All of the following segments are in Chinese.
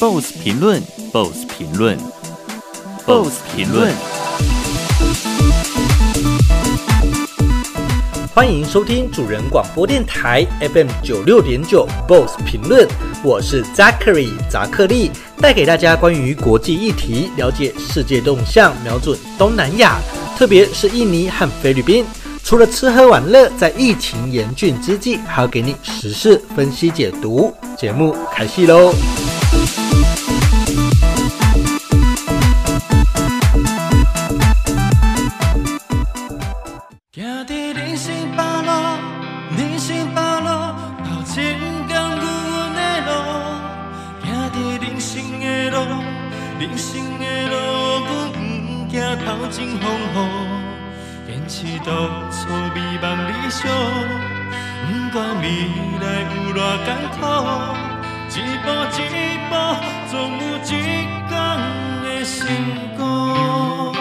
BOSS 评论 BOSS 评论 BOSS 评论。 欢迎收听主人广播电台 FM96.9 BOSS 评论，我是 Zachary 扎克利，带给大家关于国际议题，了解世界动向，瞄准东南亚，特别是印尼和菲律宾。除了吃喝玩乐，在疫情严峻之际，还要给你时事分析解读。节目开戏喽！ 人生的路，阮不惊头前风雨，坚持当初美梦理想。不管未来有偌艰苦，一步一步，总有一天会成功。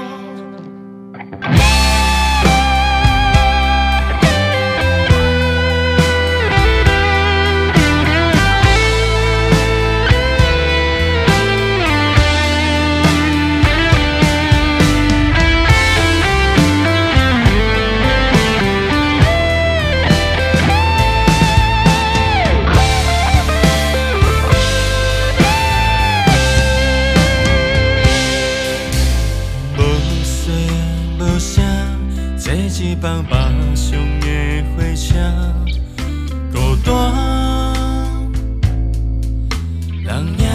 一帮北上的火车，孤单人影，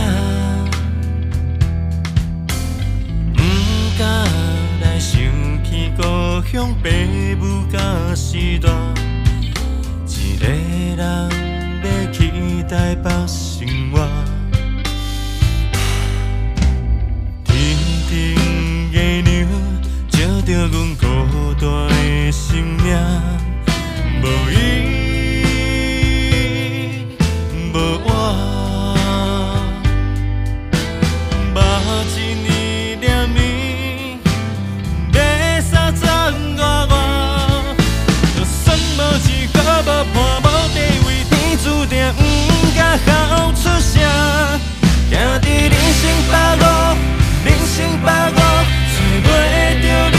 不敢来想起故乡父母甲时代，一个人要期待北生活，天顶的娘照着阮孤单的生命，无伊，无我，目一年念伊，要三十外，就算无钱，搁无伴，无地位，天注定不敢哭出声，行伫人生百路，人生百路，找袂着。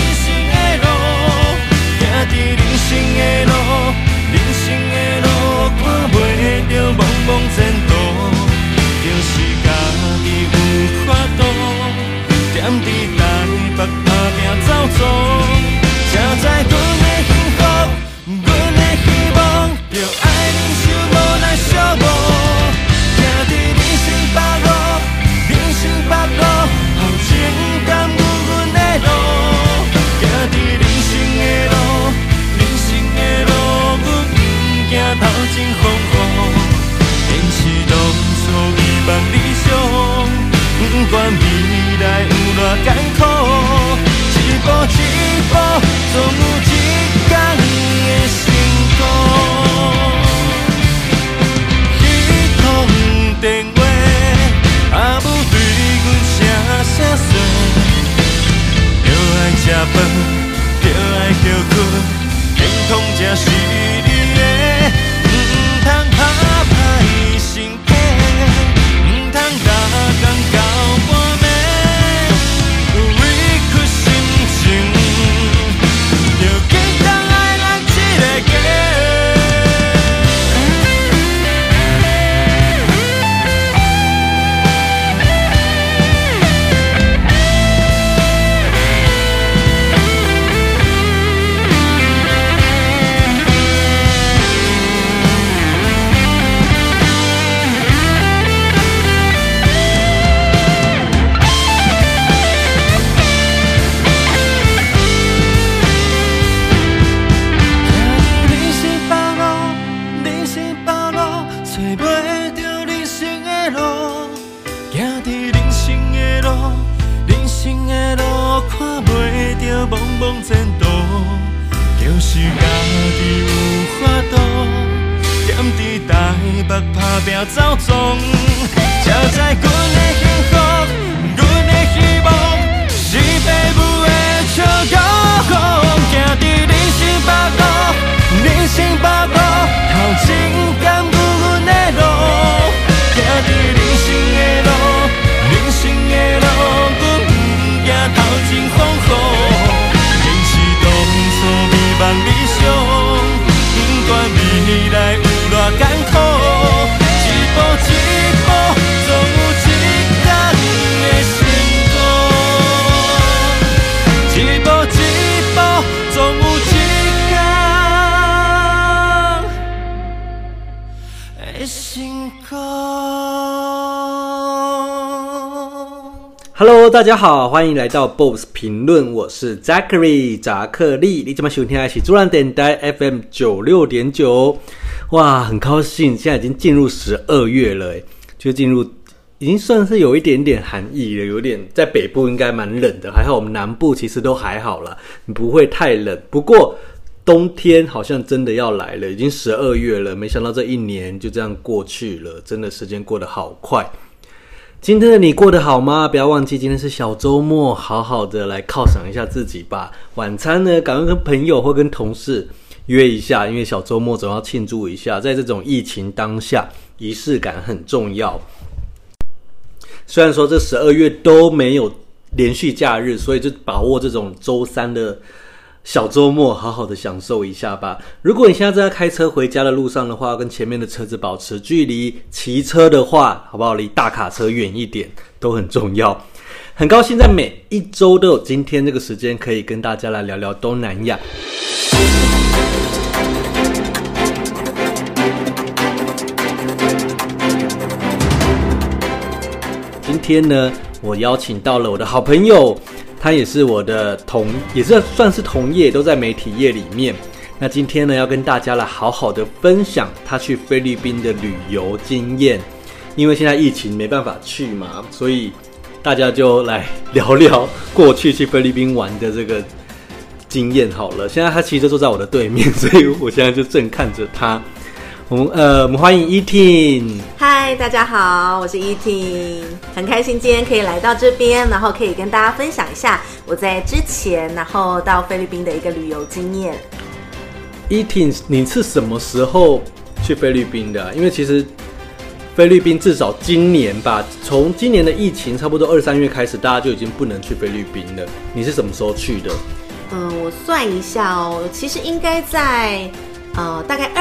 伫人生的路，人生的路，看袂着茫茫前途，就是家己有法度，踮伫台北打拼走走，才知阮的幸福，阮的希望，着爱忍受无奈寂寞，行伫人生百路，人生百路，后情感有阮的路，行伫人生的路。头前风雨，坚持当初美梦理想，不管未来有偌艰苦，一步一步，总有一天会成功。彼通电话，阿母对阮声声说，着爱吃饭，着爱休困，健康才是你的。不通打歹身体，不通打工到半暝，委屈心情，着紧当爱咱这个家。茫茫前途，就是家己有法度，踮伫台北打拼走总，才知阮的幸福，阮的希望，是父母的笑容，行伫人生百路，人生百路，头情感有阮的路，行伫人生的路。 Hello， 大家好，欢迎来到 BOSS 评论，我是 Zachary 扎克利。你这么收听的是主人电台 FM 96.9。哇，很高兴，现在已经进入12月了，就进入已经算是有一点点寒意了，有点在北部应该蛮冷的，还好我们南部其实都还好啦，不会太冷。不过冬天好像真的要来了，已经12月了，没想到这一年就这样过去了，真的时间过得好快。今天的你过得好吗？不要忘记今天是小周末，好好的来犒赏一下自己吧。晚餐呢，赶快跟朋友或跟同事约一下，因为小周末总要庆祝一下。在这种疫情当下，仪式感很重要。虽然说这12月都没有连续假日，所以就把握这种周三的小周末，好好的享受一下吧。如果你现在在开车回家的路上的话，跟前面的车子保持距离，骑车的话，好不好？离大卡车远一点都很重要。很高兴在每一周都有今天这个时间可以跟大家来聊聊东南亚。今天呢，我邀请到了我的好朋友，他也是我的也是算是同业，都在媒体业里面。那今天呢，要跟大家来好好的分享他去菲律宾的旅游经验。因为现在疫情没办法去嘛，所以大家就来聊聊过去菲律宾玩的这个经验好了。现在他其实就坐在我的对面，所以我现在就正看着他。我们欢迎依婷。 嗨，大家好，我是依婷，很开心今天可以来到这边，然后可以跟大家分享一下我在之前然后到菲律宾的一个旅游经验。 依婷，你是什么时候去菲律宾的啊？因为其实菲律宾至少今年吧，从今年的疫情差不多2、3月开始，大家就已经不能去菲律宾了。你是什么时候去的？ 我算一下哦，其实应该在大概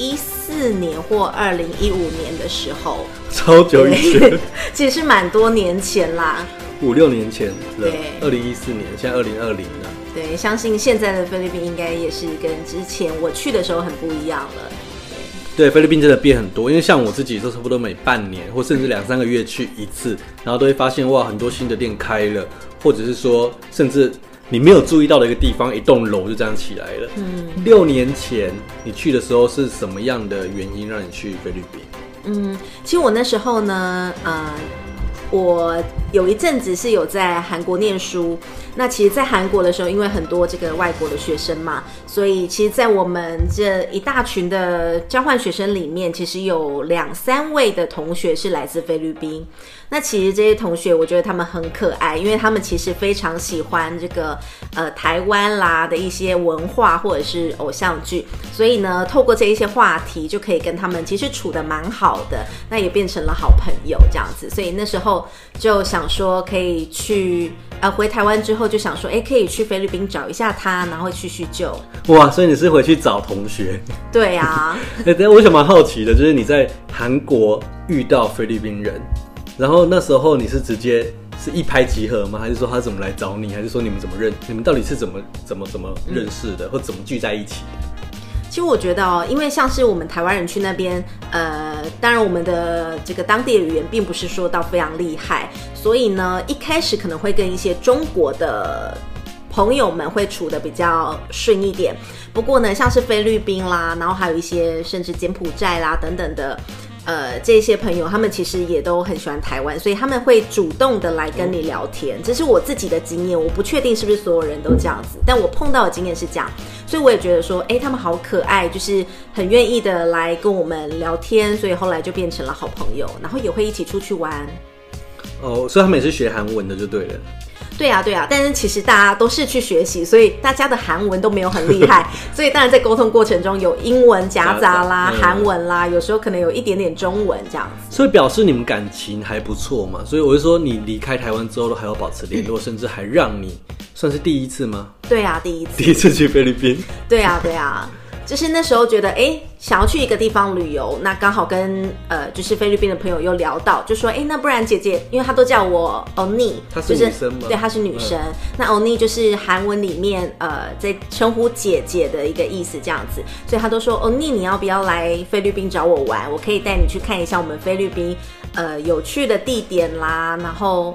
2014年或2015年的时候， 超久以前， 其实是蛮多年前啦 ，5、6年前了。 对 ，2014年，现在2020了。 对，相信现在的菲律宾应该也是跟之前我去的时候很不一样了。 对，菲律宾真的变很多，因为像我自己都差不多每半年或甚至2、3个月去一次，然后都会发现哇，很多新的店开了，或者是说甚至你没有注意到的一个地方，一栋楼就这样起来了。6年前你去的时候是什么样的原因让你去菲律宾？ 其实我那时候呢，我有一阵子是有在韩国念书。那其实在韩国的时候，因为很多这个外国的学生嘛，所以其实在我们这一大群的交换学生里面，其实有2、3位的同学是来自菲律宾。那其实这些同学我觉得他们很可爱，因为他们其实非常喜欢这个台湾啦的一些文化或者是偶像剧，所以呢透过这一些话题就可以跟他们其实处得蛮好的，那也变成了好朋友这样子。所以那时候就想说可以去回台湾之后就想说可以去菲律宾找一下他，然后叙叙旧。 哇，所以你是回去找同学？ 对啊。 我想蛮好奇的，就是你在韩国遇到菲律宾人，然后那时候你是直接是一拍即合吗？还是说他怎么来找你？还是说你们怎么你们到底是怎么认识的，或怎么聚在一起的？ 其实我觉得因为像是我们台湾人去那边，当然我们的这个当地的语言并不是说到非常厉害，所以呢，一开始可能会跟一些中国的朋友们会处得比较顺一点。不过呢，像是菲律宾啦，然后还有一些甚至柬埔寨啦等等的。这些朋友他们其实也都很喜欢台湾，所以他们会主动的来跟你聊天。这是我自己的经验，我不确定是不是所有人都这样子，但我碰到的经验是这样，所以我也觉得说他们好可爱，就是很愿意的来跟我们聊天，所以后来就变成了好朋友，然后也会一起出去玩。 所以他们也是学韩文的就对了。 对啊，但是其实大家都是去学习，所以大家的韩文都没有很厉害，所以当然在沟通过程中有英文夹杂啦、韩文啦，有时候可能有一点点中文这样子。 所以表示你们感情还不错嘛？所以我就说你离开台湾之后都还要保持联络，甚至还让你算是第一次吗？ 对啊，第一次去菲律宾。 对啊。就是那时候觉得想要去一个地方旅游，那刚好跟就是菲律宾的朋友又聊到，就说那不然姐姐，因为她都叫我欧尼， 她是女生吗？ 对，她是女生。那欧尼就是韩文里面在称呼姐姐的一个意思这样子，所以她都说欧尼你要不要来菲律宾找我玩？我可以带你去看一下我们菲律宾有趣的地点啦，然后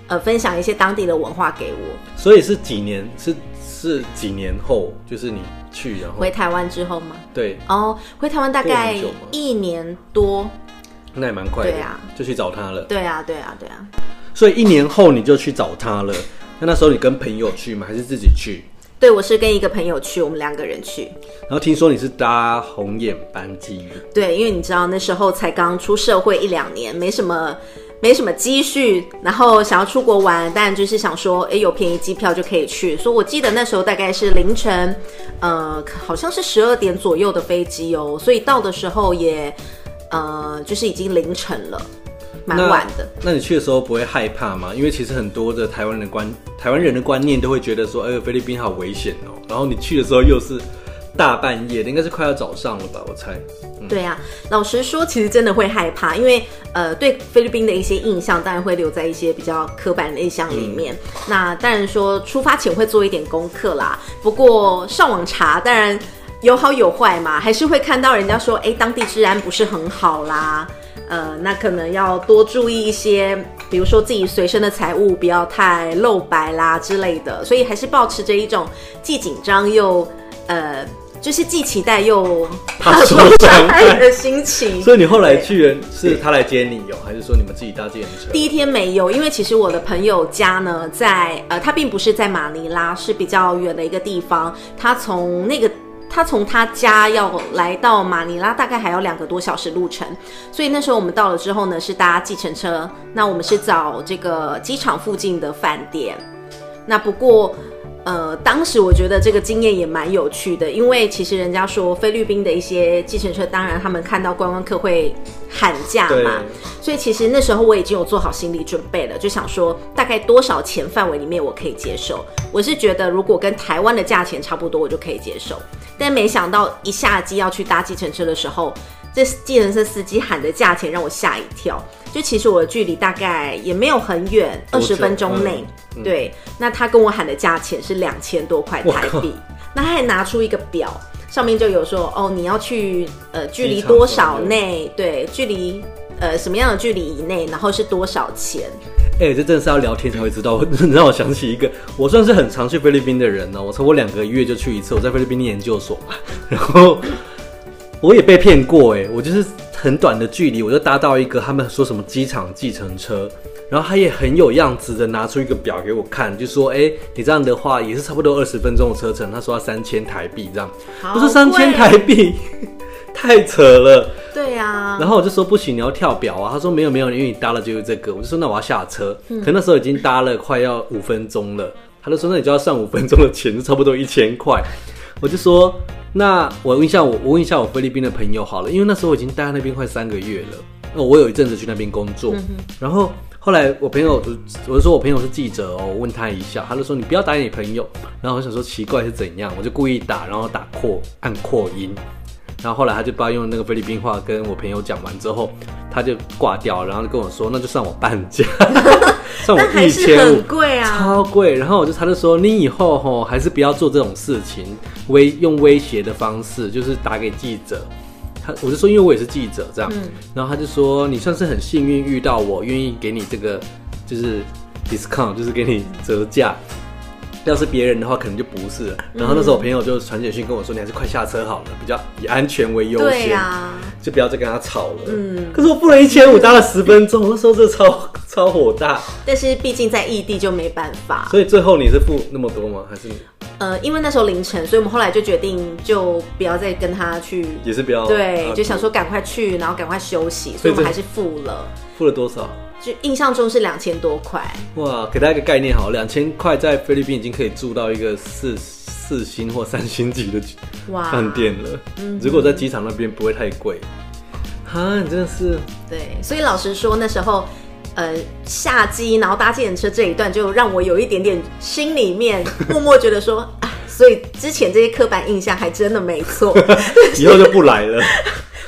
分享一些当地的文化给我。 所以是几年？是几年后？就是你去然后回台湾之后吗？ 对。 回台湾大概1年多。 那也蛮快的。 对啊， 就去找他了。 对啊。 所以1年后你就去找他了。那时候你跟朋友去吗？还是自己去？ 对，我是跟一个朋友去，我们2个人去。 然后听说你是搭红眼班机。 对，因为你知道那时候才刚出社会1-2年，没什么积蓄，然后想要出国玩，当然就是想说，有便宜机票就可以去。所以我记得那时候大概是凌晨，好像是12点左右的飞机哦，所以到的时候也，就是已经凌晨了。蛮晚的。 那你去的时候不会害怕吗？因为其实很多的台湾人的观念都会觉得说，菲律宾好危险哦。然后你去的时候又是大半夜的，应该是快要早上了吧？我猜。 对啊，老实说，其实真的会害怕，因为对菲律宾的一些印象，当然会留在一些比较刻板的印象里面。那当然说出发前会做一点功课啦，不过上网查，当然有好有坏嘛，还是会看到人家说，当地治安不是很好啦。那可能要多注意一些，比如说自己随身的财物不要太露白啦之类的，所以还是保持着一种既紧张又就是既期待又怕受伤害的心情。 所以你后来去是他来接你还是说你们自己搭计程车？ 第一天没有，因为其实我的朋友家呢在他并不是在马尼拉，是比较远的一个地方，他从他家要来到马尼拉大概还要2个多小时路程，所以那时候我们到了之后呢是搭计程车，那我们是找这个机场附近的饭店。那不过当时我觉得这个经验也蛮有趣的，因为其实人家说菲律宾的一些计程车，当然他们看到观光客会喊价嘛，所以其实那时候我已经有做好心理准备了，就想说大概多少钱范围里面我可以接受。我是觉得如果跟台湾的价钱差不多我就可以接受，但没想到一下机要去搭计程车的时候，这计程车司机喊的价钱让我吓一跳。就其实我的距离大概也没有很远，20分钟内。对，那他跟我喊的价钱是2000多块台币。那他还拿出一个表，上面就有说你要去距离多少内，对，距离什么样的距离以内，然后是多少钱。 这真的是要聊天才会知道。让我想起一个，我算是很常去菲律宾的人我超过2个月就去一次。我在菲律宾念研究所嘛，然后我也被骗过我就是很短的距离，我就搭到一个他们说什么机场计程车，然后他也很有样子的拿出一个表给我看，就说你这样的话也是差不多20分钟的车程，他说要3000台币这样。我说3000台币太扯了。 对啊， 然后我就说不行，你要跳表啊。他说没有，因为你搭了就是这个。我就说那我要下车，可那时候已经搭了快要5分钟了。他就说那你就要算5分钟的钱，就差不多1000块。我就说那我问一下我菲律宾的朋友好了，因为那时候我已经待在那边快3个月了。我有一阵子去那边工作，然后后来我就说我朋友是记者我问他一下，他就说你不要打你朋友。然后我想说奇怪是怎样，我就故意打，然后按扩音。然后后来他就不知道用那个菲律宾话跟我朋友讲完之后，他就挂掉，然后就跟我说那就算我半价，算我1500， 还是很贵啊， 超贵。然后他就说你以后还是不要做这种事情，用威胁的方式，就是打给记者。我就说因为我也是记者这样，然后他就说你算是很幸运遇到我，愿意给你这个就是 discount， 就是给你折价。要是别人的话可能就不是了。然后那时候我朋友就传简讯跟我说你还是快下车好了，比较以安全为优先。 对啊， 就不要再跟他吵了。可是我付了1500，搭了10分钟，那时候真的超火大。 但是毕竟在异地就没办法。 所以最后你是付那么多吗？还是因为那时候凌晨，所以我们后来就决定就不要再跟他去， 也是不要。 对，就想说赶快去，然后赶快休息，所以我们还是付了。 付了多少？ 就印象中是2000多块。 哇，给大家一个概念好，2000块在菲律宾已经可以住到一个4星或3星级的饭店了。如果在机场那边不会太贵。你真的是。对， 所以老实说那时候下机然后搭计程车这一段就让我有一点点心里面默默觉得说所以之前这些刻板印象还真的没错。 以后就不来了。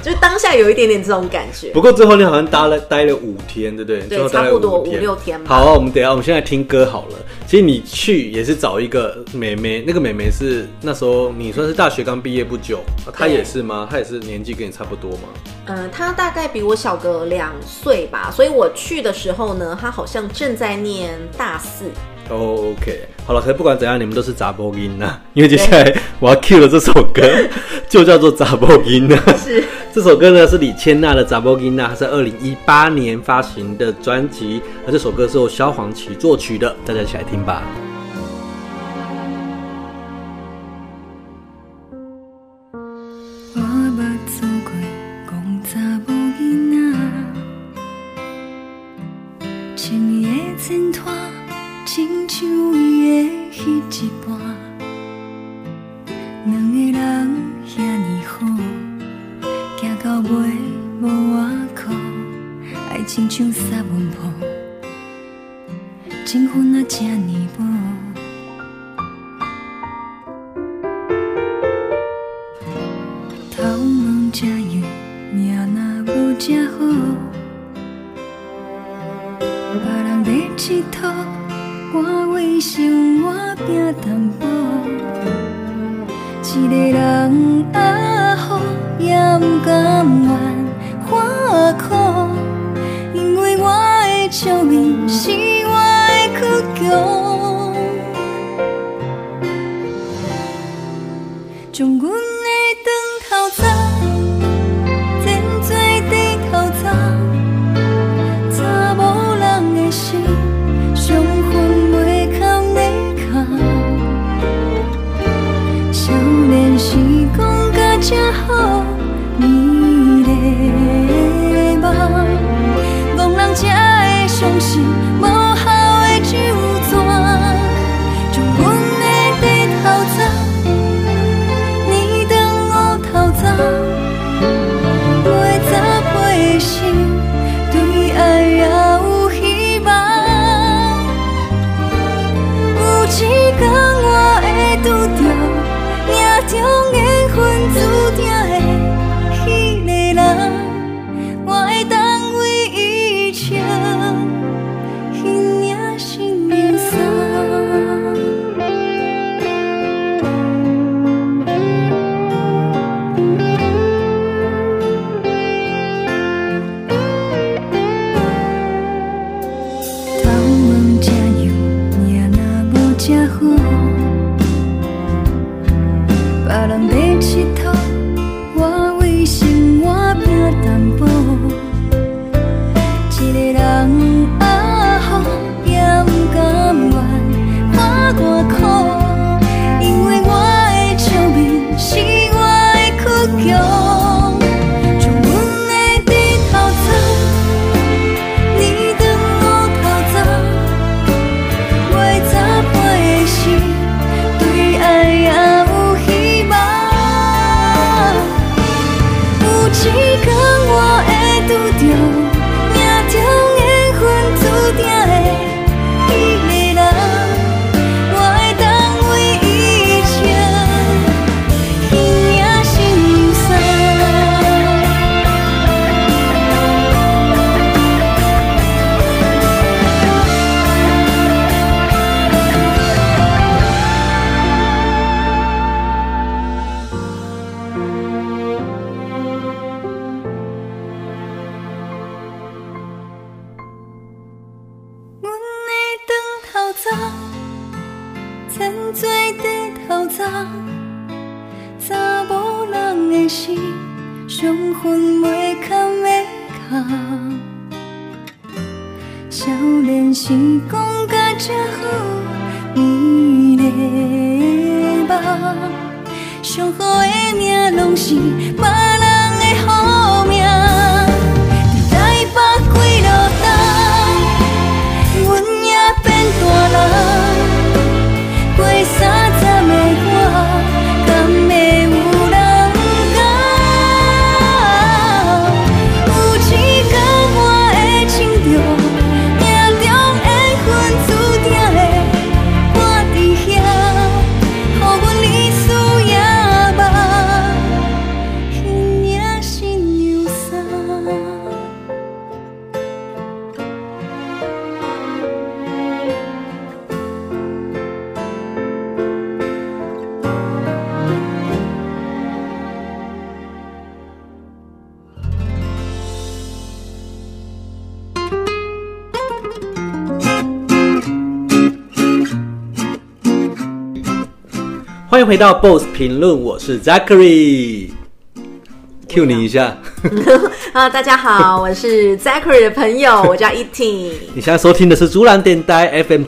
就当下有一点点这种感觉。 不过最后你好像待了5天，对不对？ 对，差不多5-6天吧。 好，我们现在听歌好了。其实你去也是找一个妹妹，那个妹妹是那时候你算是大学刚毕业不久，她也是吗？她也是年纪跟你差不多吗？ 她大概比我小个2岁吧，所以我去的时候呢，她好像正在念大4。 OK， 好了，可是不管怎样，你们都是查某囡仔，因为接下来我要 cue 的这首歌就叫做查某囡仔。 是这首歌呢是李千娜的查某囡仔，它是2018年发行的专辑，而这首歌是由萧煌奇作曲的，大家一起来听吧。 我捌做过讲查某囡仔，穿的前拖。亲像伊的彼一半，两个人遐尼好，行到尾无外靠，爱情像撒文泡，情分啊这呢薄。头毛这油，命若无这好，别人在佚佗。我为生活拼淡薄，一个人好也不甘愿看苦，因为我的笑面是我的倔强，将阮的长头发剪做短头发，查某人的心伤痕。少年时光甲这好，美丽梦，憨人才会相信无效的酒泉，将阮的短头发染长乌头发，袂早配心，对爱也有希望。有一天我会拄着。命中缘分注定的迄个人，我会当为伊穿迄领新娘衫。头毛这油，命若无这好。别人在佚佗，我为生活拼淡薄。一个人好，也不甘愿看外苦，因为我的笑面是我的倔强，将阮的短头发染长乌头发，袂早配心，对爱也。一天我会拄着命中缘分注定的迄个人，我会当为伊穿迄领新衫。剪做短头发，查某人的心，伤痕袂堪的卡。少年时光甲这好，美丽梦，上好的命拢是别人的好命。伫台北几路灯，阮也变大人。过30的我，敢会有人讲？有一天我会穿着命中缘分注定的，我伫遐，予阮历史也梦，迄迎回到 BOSS 评论，我是 Zachary。Q 你一下大家好，我是 Zachary 的朋友，我叫 Eating。 你现在收听的是竹篮电台 FM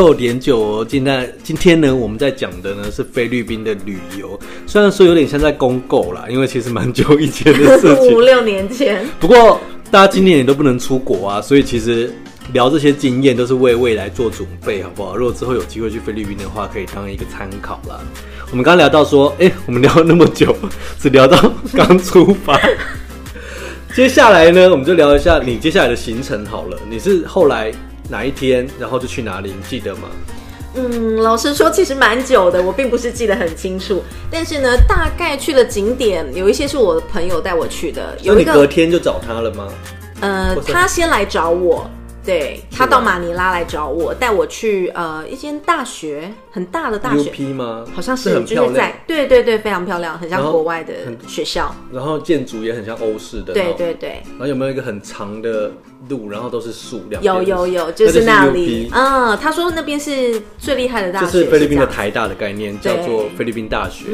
96.9。今天呢，我们在讲的呢是菲律宾的旅游，虽然说有点像在公购啦，因为其实蛮久以前的事情 ，5-6年前。 不过大家今年也都不能出国啊，所以其实聊这些经验都是为未来做准备，好不好？如果之后有机会去菲律宾的话，可以当一个参考啦。我们刚聊到说，我们聊了那么久，只聊到刚出发。接下来呢，我们就聊一下你接下来的行程好了。你是后来哪一天，然后就去哪里？你记得吗？ 老实说，其实蛮久的，我并不是记得很清楚。但是呢，大概去的景点有一些是我的朋友带我去的。有一个， 你隔天就找他了吗？ 他先来找我。对，他到马尼拉来找我，带我去一间大学，很大的大学 UP 吗？ 好像是， 很漂亮， 就是在对，非常漂亮，很像国外的学校， 然后建筑也很像欧式的， 对。 然后有没有一个很长的路，然后都是树， 有，就是那里。他说那边是最厉害的大学， 就是菲律宾的台大的概念，叫做菲律宾大学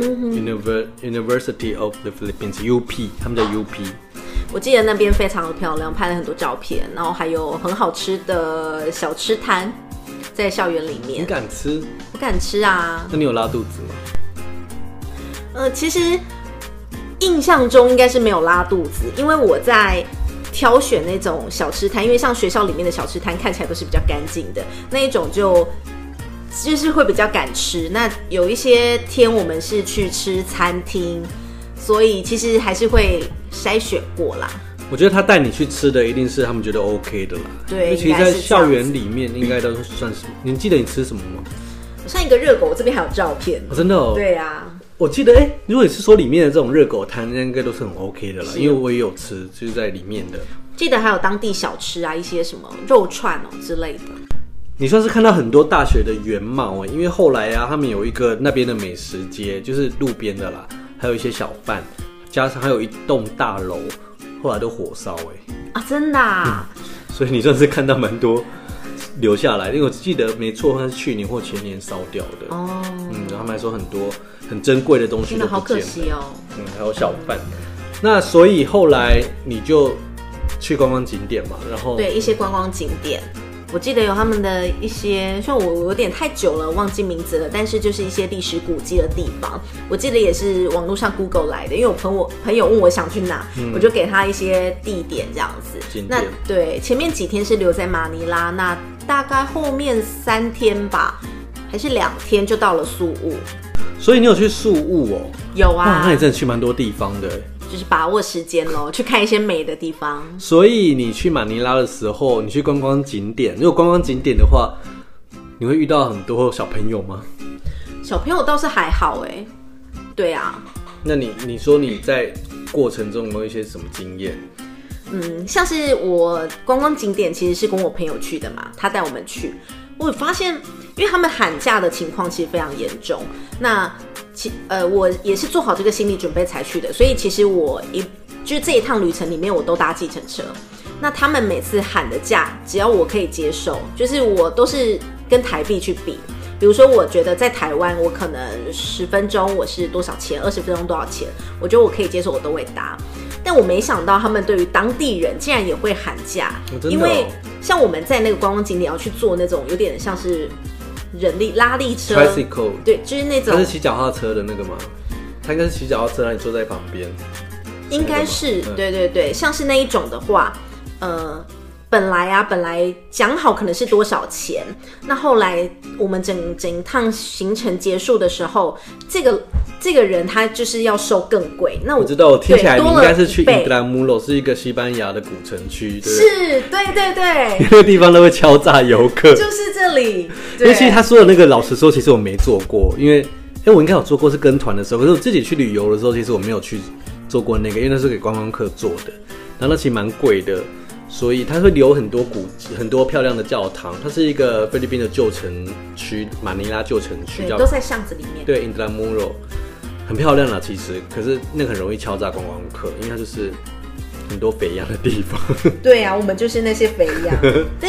University of the Philippines UP， 他们叫 UP。 我记得那边非常的漂亮，拍了很多照片，然后还有很好吃的小吃摊在校园里面。 你敢吃？ 我敢吃啊。 那你有拉肚子吗？其实印象中应该是没有拉肚子，因为我在挑选那种小吃摊，因为像学校里面的小吃摊看起来都是比较干净的那一种，就是会比较敢吃。那有一些天我们是去吃餐厅，所以其实还是会筛选过啦。 我觉得他带你去吃的一定是他们觉得 OK 的啦。 对， 因为其实在校园里面应该都算是。你记得你吃什么吗？ 我像一个热狗，我这边还有照片。 真的哦。 对啊。 我记得如果你是说里面的这种热狗摊，应该都是很 OK 的啦，因为我也有吃，就是在里面的。 记得还有当地小吃啊，一些什么肉串之类的。 你算是看到很多大学的原貌因为后来啊，他们有一个那边的美食街，就是路边的啦，还有一些小贩。加上还有一栋大楼，后来都火烧真的啊。 所以你算是看到蛮多留下来，因为我记得没错，那是去年或前年烧掉的然后他们还说很多很珍贵的东西都不见了， 真的好可惜哦。 还有小贩。那所以后来你就去观光景点嘛，然后对一些观光景点。我记得有他们的一些，像我有点太久了忘记名字了，但是就是一些历史古迹的地方，我记得也是网络上 Google 来的，因为我朋友问我想去哪，我就给他一些地点这样子。那对，前面几天是留在马尼拉，那大概后面3天吧，还是2天就到了宿务。 所以你有去宿务有啊。 那你真的去蛮多地方的就是把握时间咯，去看一些美的地方。 所以你去马尼拉的时候，你去观光景点，如果观光景点的话，你会遇到很多小朋友吗？ 小朋友倒是还好对啊。 那你说你在过程中有没有一些什么经验？ 像是我观光景点其实是跟我朋友去的嘛，他带我们去。我发现，因为他们喊价的情况其实非常严重，那我也是做好这个心理准备才去的，所以其实就是这一趟旅程里面我都搭计程车。那他们每次喊的价，只要我可以接受，就是我都是跟台币去比。比如说，我觉得在台湾，我可能10分钟我是多少钱，20分钟多少钱，我觉得我可以接受，我都会搭。但我没想到他们对于当地人竟然也会喊价，因为像我们在那个观光景点要去做那种有点像是人力拉力车 ，tricycle， 对，就是那种。 他是骑脚踏车的那个吗？他应该是骑脚踏车，让你坐在旁边。 应该是，对，像是那一种的话，本来讲好可能是多少钱，那后来我们整趟行程结束的时候，这个人他就是要收更贵。那我知道，我听起来你应该是去伊德拉穆罗，是一个西班牙的古城区，对不对？ 是，对， 那个地方都会敲诈游客， 就是这里。 因为其实他说的那个，老实说，其实我没做过，因为我应该有做过是跟团的时候，可是我自己去旅游的时候，其实我没有去做过那个，因为那是给观光客做的，然后那其实蛮贵的。所以它会留很多很多漂亮的教堂，它是一个菲律宾的旧城区，马尼拉旧城区， 对，都在巷子里面。 对 ，Intramuros 很漂亮啦，其实，可是那个很容易敲诈观光客，因为它就是很多肥羊的地方。 对啊，我们就是那些肥羊。但是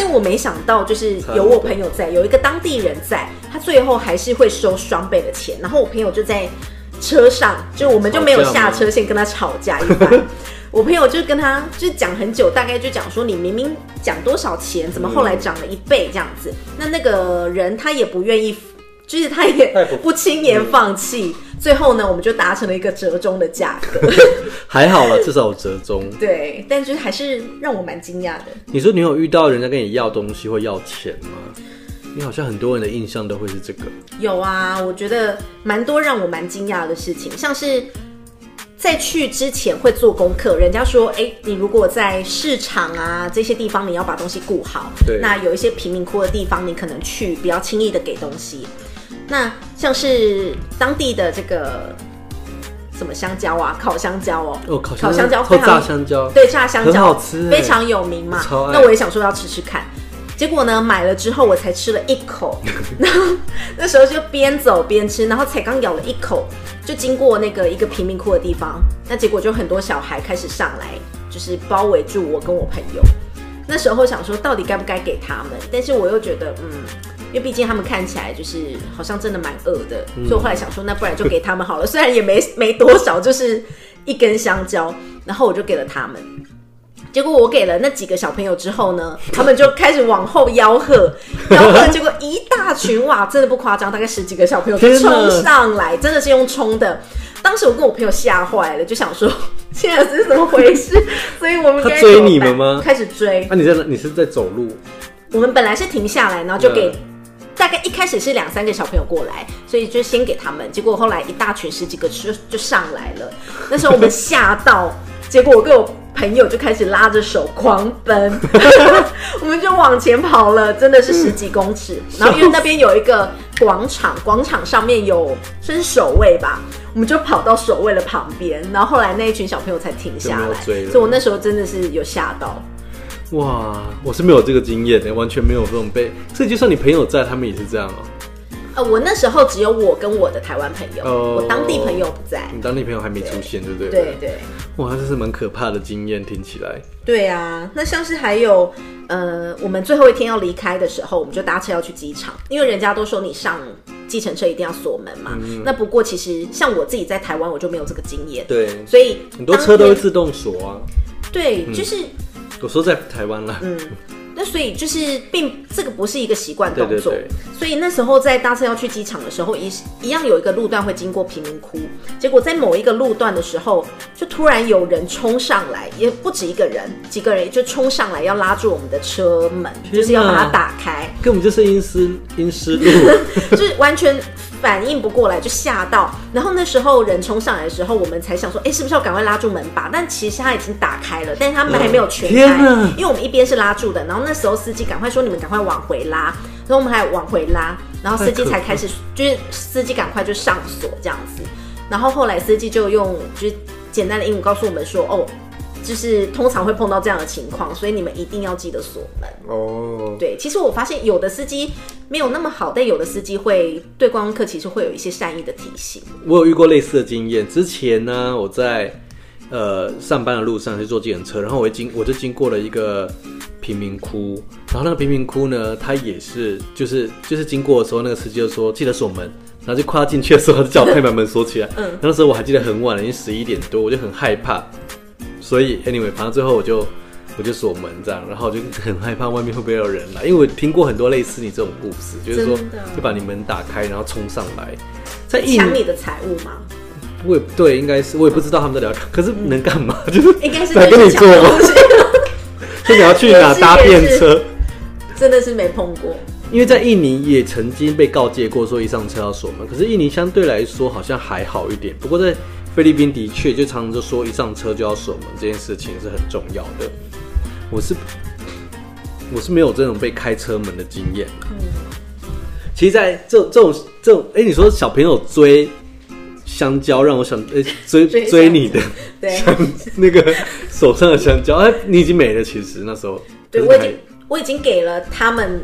但我没想到，就是有我朋友在，有一个当地人在，他最后还是会收双倍的钱。然后我朋友就在车上，就我们就没有下车先跟他吵架一番。我朋友就跟他就讲很久，大概就讲说你明明讲多少钱，怎么后来涨了1倍这样子？那个人他也不愿意。就是他也不轻言放弃，最后呢，我们就达成了一个折中的价格。 还好了，至少有折中。 对，但就是还是让我蛮惊讶的。 你说你有遇到人家跟你要东西或要钱吗？你好像很多人的印象都会是这个。有啊，我觉得蛮多让我蛮惊讶的事情，像是在去之前会做功课，人家说，你如果在市场啊这些地方，你要把东西顾好。那有一些贫民窟的地方，你可能去不要轻易的给东西。那像是当地的这个什么香蕉啊，烤香蕉哦，烤香蕉非常炸香蕉， 对，炸香蕉很好吃， 非常有名嘛。那我也想说要吃吃看，结果呢买了之后我才吃了1口，然后那时候就边走边吃，然后才刚咬了1口，就经过那个一个贫民窟的地方，那结果就很多小孩开始上来，就是包围住我跟我朋友。那时候想说到底该不该给他们，但是我又觉得因为毕竟他们看起来就是好像真的蛮饿的，所以我后来想说那不然就给他们好了，虽然也没多少，就是1根香蕉，然后我就给了他们。结果我给了那几个小朋友之后呢，他们就开始往后吆喝，结果一大群，哇，真的不夸张，大概10几个小朋友就冲上来，真的是用冲的。当时我跟我朋友吓坏了，就想说现在是怎么回事，所以我们他追你们吗？ 开始追。 你是在走路？ 我们本来是停下来，然后就给大概一开始是2、3个小朋友过来，所以就先给他们。结果后来一大群10几个就上来了，那时候我们吓到，结果我跟我朋友就开始拉着手狂奔，我们就往前跑了，真的是10几公尺。然后因为那边有一个广场，广场上面有算是守卫吧，我们就跑到守卫的旁边，然后后来那一群小朋友才停下来，所以我那时候真的是有吓到。 哇，我是没有这个经验的，完全没有这种被。所以就算你朋友在，他们也是这样我那时候只有我跟我的台湾朋友，我当地朋友不在。 你当地朋友还没出现，对不对？ 对对。 哇，这是蛮可怕的经验，听起来。 对啊，那像是还有我们最后一天要离开的时候，我们就搭车要去机场，因为人家都说你上计程车一定要锁门嘛。那不过其实像我自己在台湾，我就没有这个经验。 对， 所以很多车都会自动锁啊。对， 就是。 我说在台湾啦， 那所以就是这个不是一个习惯动作，所以那时候在搭车要去机场的时候，一样有一个路段会经过贫民窟，结果在某一个路段的时候，就突然有人冲上来，也不止一个人，几个人就冲上来要拉住我们的车门，就是要把它打开， 根本就是阴湿路， 就是完全反应不过来，就吓到。然后那时候人冲上来的时候，我们才想说，是不是要赶快拉住门把？但其实他已经打开了，但是他们还没有全开，因为我们一边是拉住的。然后那时候司机赶快说：“你们赶快往回拉。”然后我们还往回拉，然后司机才开始，就是司机赶快就上锁这样子。然后后来司机就用就是简单的英文告诉我们说：“就是通常会碰到这样的情况，所以你们一定要记得锁门。”对，其实我发现有的司机没有那么好，但有的司机会对观光客其实会有一些善意的提醒。 我有遇过类似的经验，之前呢，我在上班的路上去坐计程车，然后我就经过了一个贫民窟，然后那个贫民窟呢，它也是就是经过的时候，那个司机就说记得锁门，然后就快要进去的时候，他就叫我快把门锁起来。那时候我还记得很晚了，已经11点多，我就很害怕，所以 anyway， 反正最后我就锁门这样，然后我就很害怕外面会不会有人来，因为我听过很多类似你这种故事，就是说就把你门打开，然后冲上来， 在抢你的财物吗？ 对，应该是，我也不知道他们在聊，可是能干嘛？就是应该是来跟你做吗？所以你要去哪搭便车？ 真的是没碰过。 因为在印尼也曾经被告诫过说一上车要锁门，可是印尼相对来说好像还好一点。不过在菲律宾的确就常常就说一上车就要锁门，这件事情是很重要的。我是没有这种被开车门的经验。其实，在这种，你说小朋友追香蕉，让我想追你的， 对， 那个手上的香蕉，你已经没了。其实那时候， 对，我已经给了他们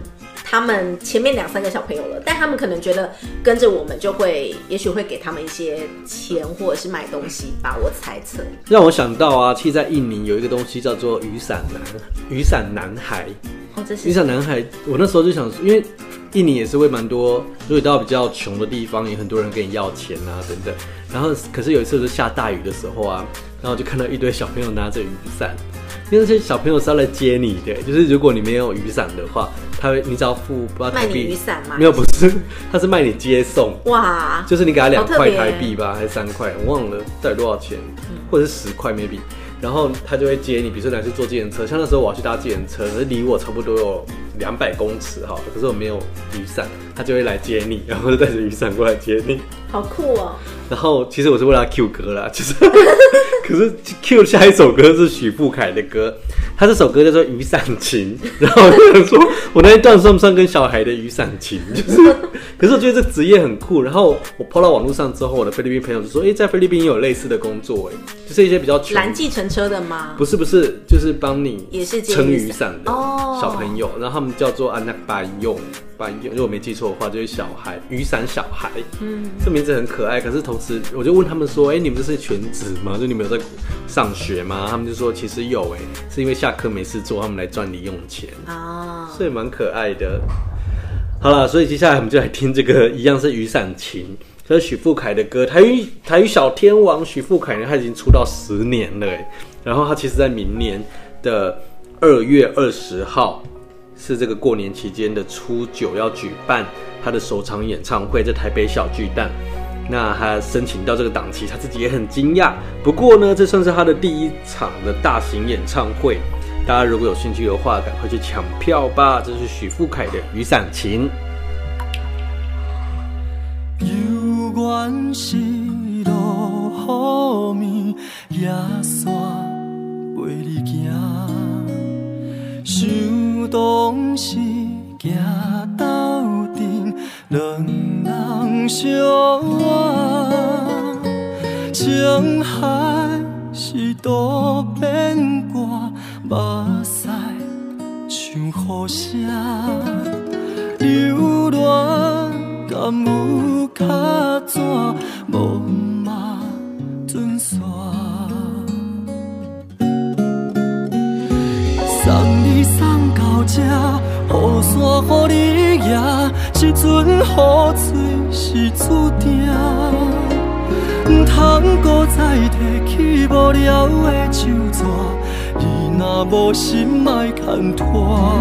他们前面2-3个小朋友了，但他们可能觉得跟着我们就会，也许会给他们一些钱或者是买东西吧，我猜测。 让我想到啊，其实在印尼有一个东西叫做雨伞男孩。 哦，这是雨伞男孩，我那时候就想说，因为印尼也是会蛮多，如果到比较穷的地方，也很多人跟你要钱啊等等。然后，可是有一次是下大雨的时候啊，然后就看到一堆小朋友拿着雨伞，因为那些小朋友是要来接你的，就是如果你没有雨伞的话，你只要付不知道台币， 卖你雨伞吗？ 没有，不是，他是卖你接送。 哇， 就是你给他2块台币吧，还是3块，我忘了到底多少钱，或者是10块 maybe。然后他就会接你，比如说你去坐计程车，像那时候我要去搭计程车，可是离我差不多有200公尺哈，可是我没有雨伞，他就会来接你，然后就带着雨伞过来接你， 好酷哦。 然后其实我是为了 Q 歌啦，就是可是 Q 下一首歌是许富凯的歌，他这首歌叫做《雨伞情》，然后我就想说，我那一段算不算跟小孩的雨伞情？就是，可是我觉得这个职业很酷。然后我抛到网络上之后，我的菲律宾朋友就说：“在菲律宾也有类似的工作，就是一些比较穷。”拦计程车的吗？ 不是，就是帮你也是撑雨伞的小朋友，然后他们叫做安那巴用。如果我没记错的话，就是小孩雨伞小孩，这名字很可爱。可是同时，我就问他们说：“你们这是全职吗？就你们有在上学吗？”他们就说：“其实有是因为下课没事做，他们来赚零用钱啊，所以蛮可爱的。”好了，所以接下来我们就来听这个一样是雨伞情，这是许富凯的歌，台语小天王许富凯呢，他已经出道10年了然后他其实在明年的2月20号。是这个过年期间的初9要举办他的首场演唱会，在台北小巨蛋。那他申请到这个档期，他自己也很惊讶。不过呢，这算是他的第1场的大型演唱会。大家如果有兴趣的话，赶快去抢票吧！这是许富凯的《雨伞情》。 有缘是落雨面，野山陪你行。想当时行斗阵，两人相偎，情海是多变卦，目屎像雨声，流恋敢有较怎无嘛准线。送你送到这，雨伞予你拿，这阵雨水是注定，不通搁再提起无聊的旧纸，你若无心莫牵拖。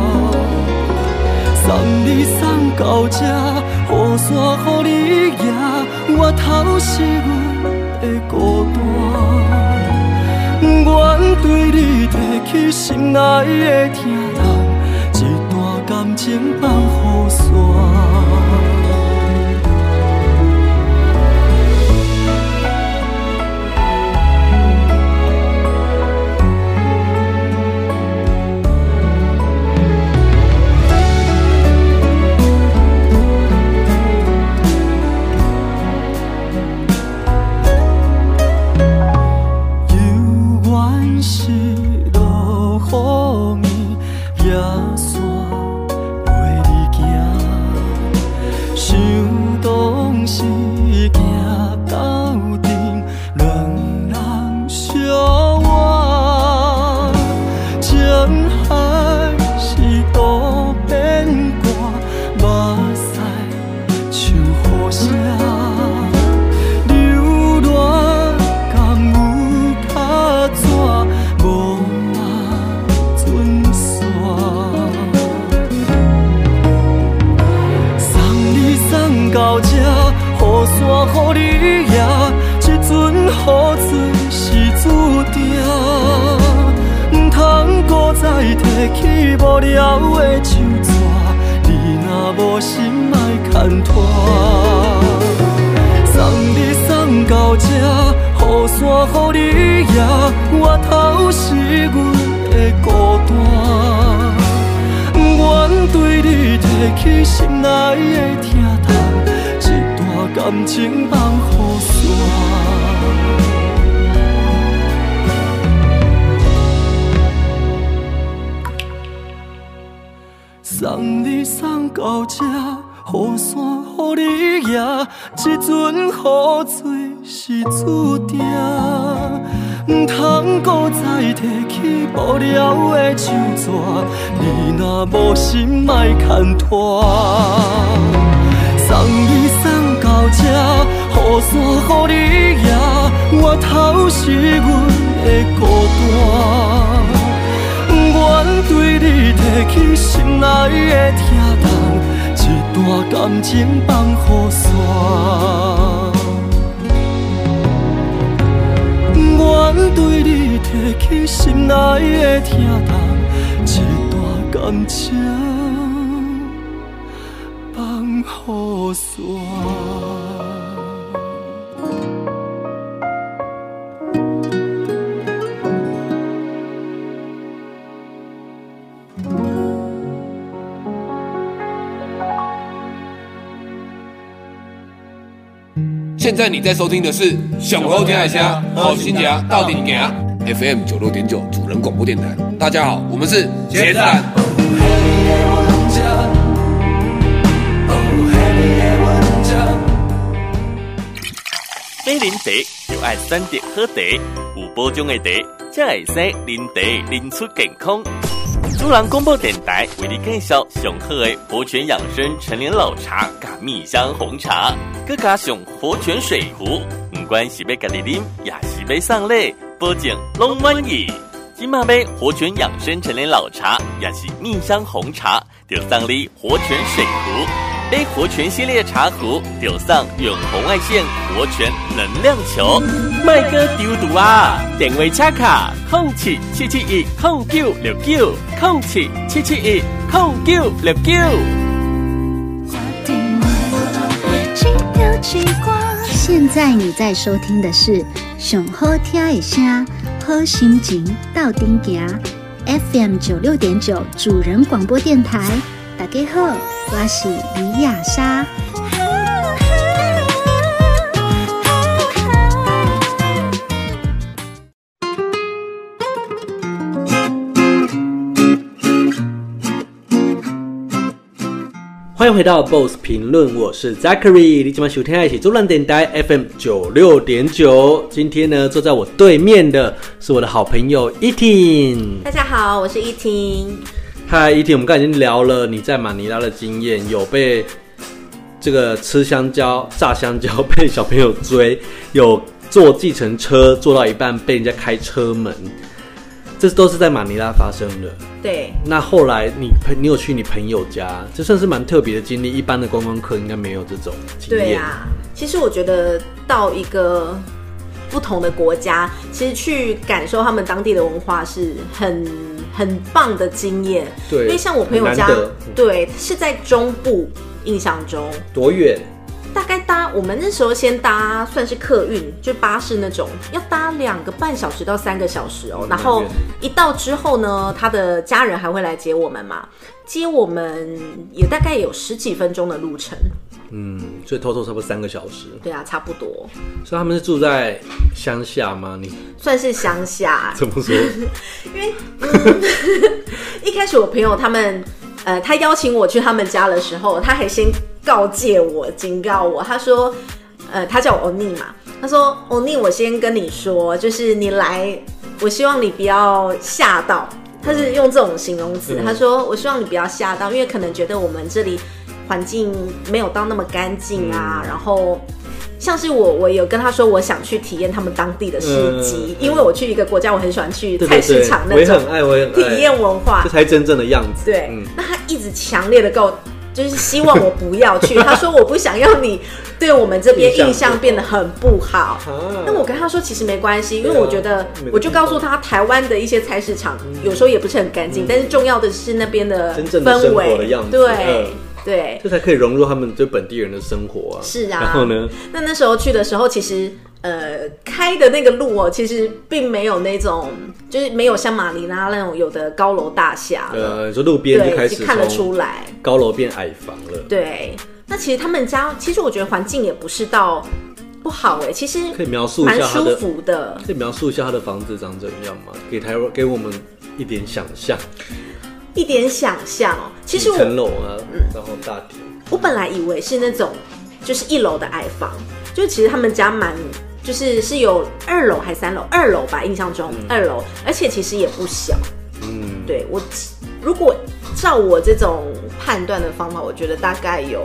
送你送到这，雨伞予你拿，我头是阮的孤单。愿对你提起心爱的疼痛，一段感情放雨伞。 送你送到这，雨伞予你拿，这阵雨水是注定。唔通搁再提起无聊的旧纸，你若无心莫牵拖。送你送到这，雨伞予你拿，我头是阮的孤单。愿对你提起心爱的疼痛，一段感情放雨伞。愿对你提起心爱的疼痛，一段感情放雨伞。 现在你在收听的是上好听的声，好心情到顶行 FM 96.9主人广播电台。大家好，我们是茄子蛋。 买啉茶就爱选择好茶，有保障的茶才会使啉茶啉出健康。主人广播电台为你介绍上好的活泉养生陈年老茶甲蜜香红茶，佮加上活泉水壶，不管是要家己啉，也是要送礼，保证拢满意。今嘛买活泉养生陈年老茶，也是蜜香红茶，就送你活泉水壶。买活泉系列茶壶，就送远红外线活泉能量球。卖个丢毒啊！电话车卡 07710969077109。现在你在收听的是上好听的声，好心情到顶行 FM 96.9主人广播电台。大家好，我是李雅莎。 欢迎回到 BOSS 评论，我是 Zachary。你今晚收听的是主人电台 FM 96.9。今天呢，坐在我对面的是我的好朋友依婷。 大家好，我是依婷。 嗨，依婷，我们刚才已经聊了你在马尼拉的经验，有被这个吃香蕉、炸香蕉被小朋友追，有坐计程车坐到一半被人家开车门，这都是在马尼拉发生的。 对。 那后来你有去你朋友家，这算是蛮特别的经历，一般的观光客应该没有这种经验。 对啊，其实我觉得到一个不同的国家，其实去感受他们当地的文化是很棒的经验。 对， 因为像我朋友家，对，是在中部，印象中多远？ 大概我们那时候先搭算是客运，就巴士那种，要搭2个半小时到3个小时哦。然后一到之后呢，他的家人还会来接我们嘛，接我们也大概有10几分钟的路程。 所以偷偷差不多3个小时。 对啊，差不多。 所以他们是住在乡下吗？你算是乡下。 怎么说？ 因为一开始我朋友他们，他邀请我去他们家的时候，他还先告诫我、警告我，他说，他叫我欧尼嘛，他说欧尼，我先跟你说，就是你来，我希望你不要吓到。他是用这种形容词，他说我希望你不要吓到，因为可能觉得我们这里环境没有到那么干净啊，然后像是我有跟他说我想去体验他们当地的市集，因为我去一个国家，我很喜欢去菜市场那种， 我也很爱体验文化， 这才真正的样子。 对，那他一直强烈的就是希望我不要去，他说我不想要你对我们这边印象变得很不好。那我跟他说其实没关系，因为我觉得我就告诉他，台湾的一些菜市场有时候也不是很干净，但是重要的是那边的真正的生活的样子。 对， 这才可以融入他们对本地人的生活啊。 是啊。 然后呢？ 那时候去的时候，其实开的那个路哦，其实并没有那种，就是没有像马尼拉那种有的高楼大厦。 说路边就开始看得出来， 高楼变矮房了。 对，那其实他们家，其实我觉得环境也不是到不好哎，其实可以描述一下蛮舒服的。 可以描述一下他的房子长怎样吗？给我们一点想象。 一点想象哦。其实几层楼啊，然后大厅。 我本来以为是那种就是1楼的矮房，就其实他们家是有2楼还3楼，2楼吧，印象中2楼，而且其实也不小。对，我如果照我这种判断的方法，我觉得大概有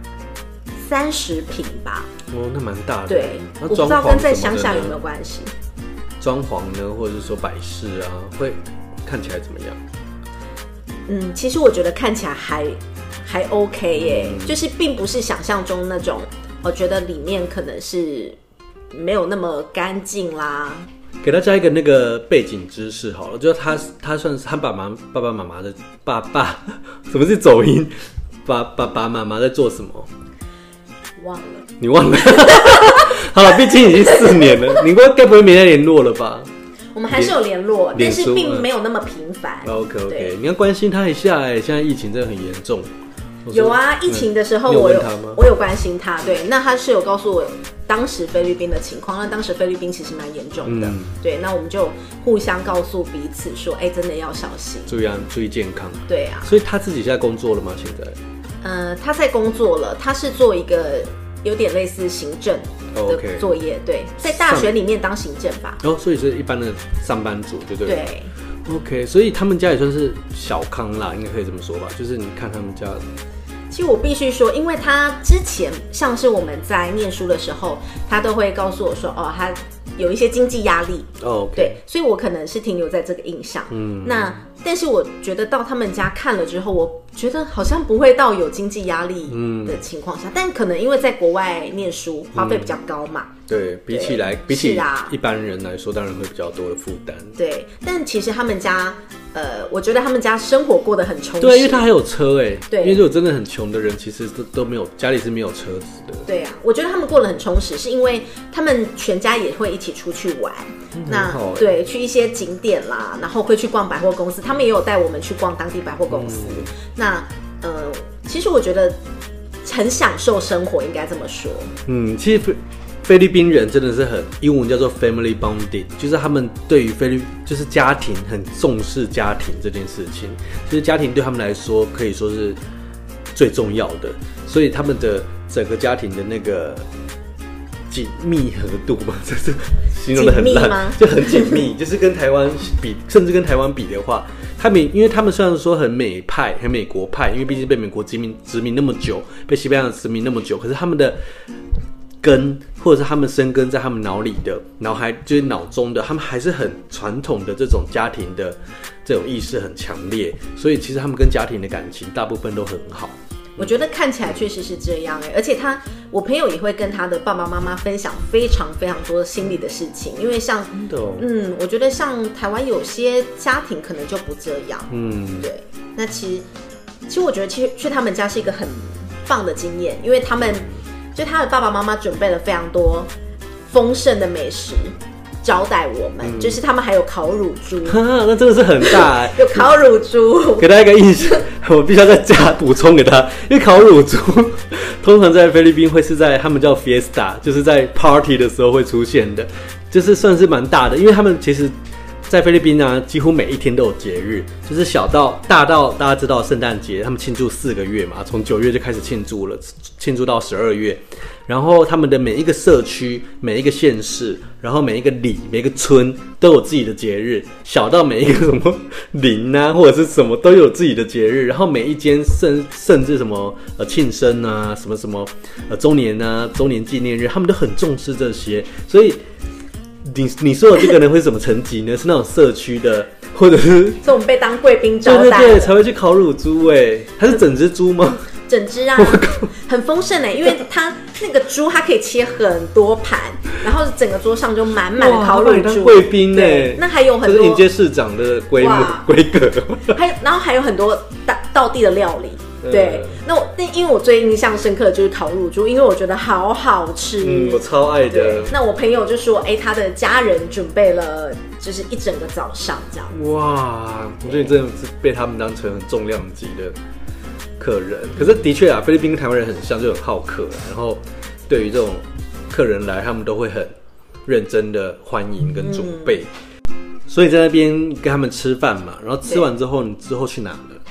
30坪吧。 哦，那蛮大的。 对，我不知道跟在乡下有没有关系。 装潢呢，或者是说摆饰啊，会看起来怎么样？ 其实我觉得看起来还 OK 耶，就是并不是想象中那种，我觉得里面可能是没有那么干净啦。 给大家一个那个背景知识好了，就是他算是他爸爸妈妈的爸，什么是走音？爸爸妈妈在做什么？ 忘了， 你忘了？好了，毕竟已经4年了，你该不会没再联络了吧？ 我们还是有联络，但是并没有那么频繁。 OK， 你要关心他一下哎，现在疫情真的很严重。 有啊，疫情的时候我有关心他，对，那他是有告诉我当时菲律宾的情况，那当时菲律宾其实蛮严重的，对，那我们就互相告诉彼此说，真的要小心， 注意健康。 对啊， 所以他自己现在工作了吗？现在？ 他在工作了，他是做一个有点类似行政的作业，对，在大学里面当行政吧。 所以是一般的上班族，对不对？ 对。 OK， 所以他们家也算是小康啦，应该可以这么说吧？就是你看他们家。 其实我必须说，因为他之前像是我们在念书的时候，他都会告诉我说，他有一些经济压力，对，所以我可能是停留在这个印象。那但是我觉得到他们家看了之后，我觉得好像不会到有经济压力的情况下，但可能因为在国外念书花费比较高嘛。 对，比起一般人来说，当然会比较多的负担。对， 但其实他们家，我觉得他们家生活过得很充实。 对，因为他还有车对， 因为如果真的很穷的人，其实都没有家里是没有车子的。 对啊，我觉得他们过得很充实，是因为他们全家也会一起出去玩。那对，去一些景点啦，然后会去逛百货公司，他们也有带我们去逛当地百货公司。那其实我觉得很享受生活，应该这么说。 其实菲律宾人真的是英文叫做 family bonded， 就是他们对于就是家庭很重视家庭这件事情，就是家庭对他们来说可以说是最重要的，所以他们的整个家庭的那个紧密合度嘛，这是形容的很烂，就很紧密，就是跟台湾比，甚至跟台湾比的话，因为他们虽然说很美派、很美国派，因为毕竟被美国殖民那么久，被西班牙殖民那么久，可是他们的根或者是他们生根在他们脑里的就是脑中的，他们还是很传统的这种家庭的这种意识很强烈，所以其实他们跟家庭的感情大部分都很好。 我觉得看起来确实是这样而且我朋友也会跟他的爸爸妈妈分享非常非常多心里的事情，因为像我觉得像台湾有些家庭可能就不这样，对。那其实我觉得去他们家是一个很棒的经验，因为他的爸爸妈妈准备了非常多丰盛的美食招待我们，就是他们还有烤乳猪， 那真的是很大有烤乳猪， 给他一个印象，我必须要再加补充给他，因为烤乳猪通常在菲律宾会是在他们叫 fiesta， 就是在 party 的时候会出现的，就是算是蛮大的，因为他们其实在菲律宾啊，几乎每一天都有节日，就是小到大到大家知道圣诞节，他们庆祝4个月嘛，从9月就开始庆祝了，庆祝到12月。然后他们的每一个社区、每一个县市，然后每一个里、每一个村都有自己的节日，小到每一个什么邻啊或者是什么都有自己的节日。然后每一间甚至什么庆生啊、什么什么周年啊、周年纪念日，他们都很重视这些，所以。你说的这个人会是什么层级呢？是那种社区的，或者是所以我们被当贵宾招待， 对，才会去烤乳猪它是整只猪吗？ 整只啊，很丰盛因为它那个猪它可以切很多盘，然后整个桌上就满满的烤乳猪， 贵宾那还有很多迎接市长的规格， 然后还有很多道地的料理。对，那因为我最印象深刻的就是烤乳猪，因为我觉得好好吃， 我超爱的。 那我朋友就说，他的家人准备了，就是一整个早上这样。 哇，我觉得你真的是被他们当成很重量级的客人。可是的确菲律宾跟台湾人很像，就很好客然后对于这种客人来，他们都会很认真的欢迎跟准备。所以在那边跟他们吃饭嘛，然后吃完之后，你之后去哪了？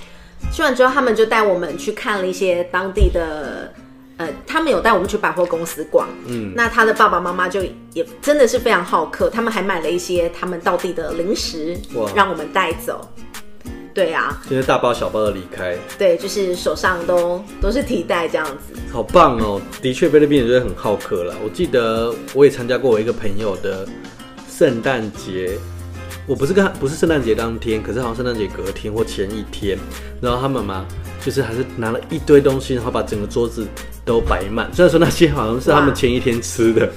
吃完之后，他们就带我们去看了一些当地的。他们有带我们去百货公司逛，那他的爸爸妈妈就也真的是非常好客，他们还买了一些他们道地的零食，让我们带走。对啊， 就是大包小包的离开， 对，就是手上都是提袋这样子， 好棒哦！的确，菲律宾人就是很好客啦。我记得我也参加过我一个朋友的圣诞节，我不是圣诞节当天，可是好像圣诞节隔天或前一天，然后他妈妈就是还是拿了一堆东西，然后把整个桌子都摆满。虽然说那些好像是他们前一天吃的，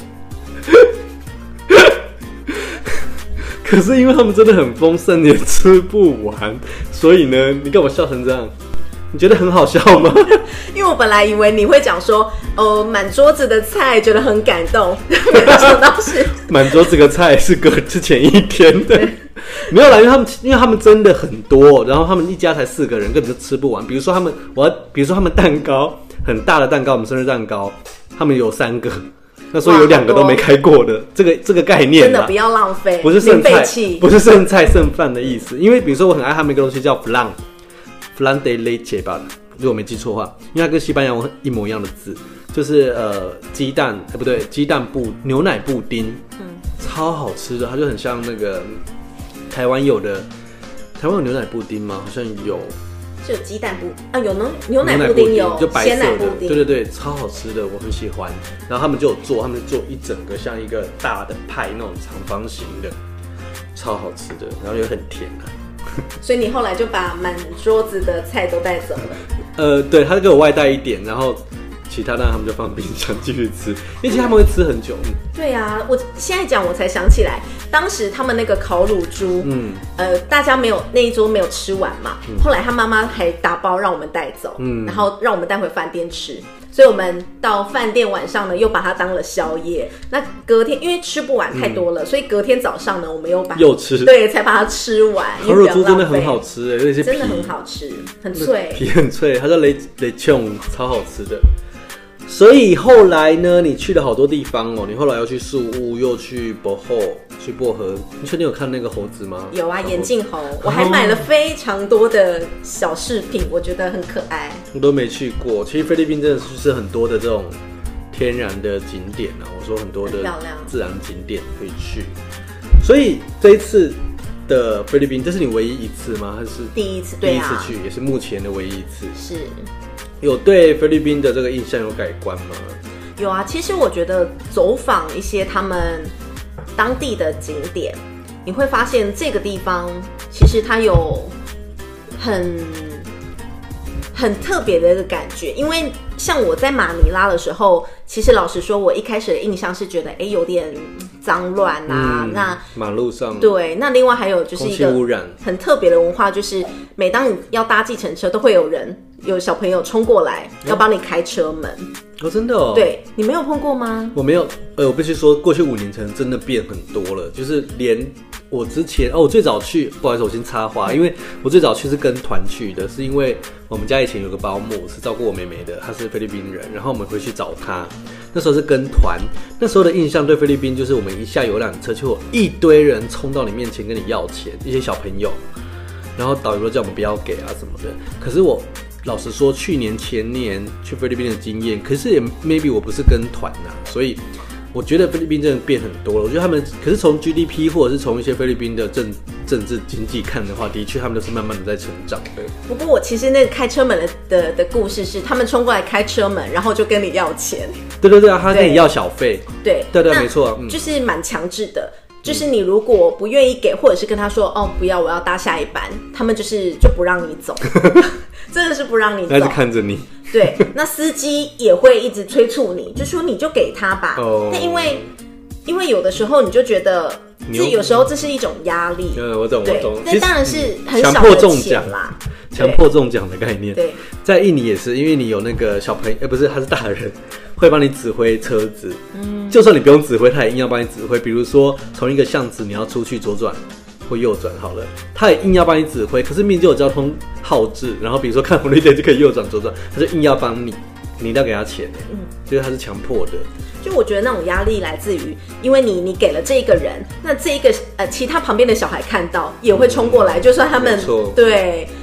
可是因为他们真的很丰盛，也吃不完，所以呢，你干嘛笑成这样？你觉得很好笑吗？ 因为我本来以为你会讲说，满桌子的菜，觉得很感动，没有想到是满桌子的菜是前一天的。没有啦，因为他们真的很多，然后他们一家才4个人，根本就吃不完。比如说他们蛋糕很大的蛋糕，我们生日蛋糕，他们有3个，那所以有2个都没开过的，这个概念真的不要浪费， 不是剩菜，不是剩菜剩饭的意思。因为比如说我很爱他们一个东西叫 flan de leche 吧，如果我没记错的话，因为它跟西班牙文一模一样的字，就是鸡蛋不对，鸡蛋牛奶布丁，超好吃的，它就很像那个台湾有牛奶布丁吗？好像有， 是有鸡蛋有牛奶布丁，有就白色的， 鲜奶布丁， 对，超好吃的，我很喜欢。然后他们就做一整个像一个大的派那种长方形的，超好吃的，然后又很甜啊。 所以你后来就把满桌子的菜都带走了。 对，他就给我外带一点，然后其他他们就放冰箱继续吃，因为其实他们会吃很久。 对啊，我现在讲我才想起来，当时他们那个烤乳猪，大家那一桌没有吃完嘛，后来他妈妈还打包让我们带走，然后让我们带回饭店吃。所以我们到饭店晚上呢，又把它当了宵夜。那隔天因为吃不完太多了，所以隔天早上呢，我们又吃，对，才把它吃完。 烤乳猪真的很好吃而且真的很好吃，很脆， 皮很脆，它叫雷琼，超好吃的。所以后来呢，你去了好多地方哦。你后来又去树屋，又去薄荷。你确定有看那个猴子吗？ 有啊，眼镜猴。我还买了非常多的小饰品，我觉得很可爱。 我都没去过。其实菲律宾真的是很多的这种天然的景点啊，我说很多的自然景点可以去。所以这一次的菲律宾，这是你唯一一次吗？还是第一次？对啊， 第一次去，也是目前的唯一一次。 是。 有对菲律宾的这个印象有改观吗？ 有啊，其实我觉得走访一些他们当地的景点，你会发现这个地方其实它有很特别的一个感觉。因为像我在马尼拉的时候，其实老实说，我一开始的印象是觉得有点脏乱啊，那马路上对，那另外还有就是一个空气污染很特别的文化，就是每当你要搭计程车，都会有小朋友冲过来要帮你开车门。 哦，真的哦？ 对，你没有碰过吗？ 我没有。我必须说，过去5年前真的变很多了，就是连我之前我最早去，不好意思，我先插话，因为我最早去是跟团去的，是因为我们家以前有个保姆是照顾我妹妹的，她是菲律宾人，然后我们回去找她，那时候是跟团，那时候的印象对菲律宾就是我们一下游览车就有一堆人冲到你面前跟你要钱，一些小朋友，然后导游都叫我们不要给啊什么的。可是我老实说，去年前年去菲律宾的经验，可是也 maybe 我不是跟团啊，所以我觉得菲律宾真的变很多了。我觉得他们，可是从 GDP 或者是从一些菲律宾的政治经济看的话，的确他们都是慢慢的在成长的。 不过我其实那个开车门的故事是，他们冲过来开车门，然后就跟你要钱。 对啊，他跟你要小费。对，没错， 就是蛮强制的。就是你如果不愿意给，或者是跟他说不要，我要搭下一班，他们就不让你走，真的是不让你走， 他是看着你。 对，那司机也会一直催促你，就说你就给他吧。那因为有的时候你就觉得，有时候这是一种压力。 我懂。 那当然是很少的钱啦， 强迫中奖的概念。 对， 在印尼也是，因为你有那个小朋友，不是，他是大人，会帮你指挥车子。就算你不用指挥，他也硬要帮你指挥。比如说，从一个巷子你要出去左转或右转好了，他也硬要帮你指挥。可是明明就有交通号志，然后比如说看红绿灯就可以右转左转，他就硬要帮你，你一定要给他钱。就是他是强迫的。 就我觉得那种压力来自于，因为你给了这一个人，那这一个其他旁边的小孩看到也会冲过来，就算他们对，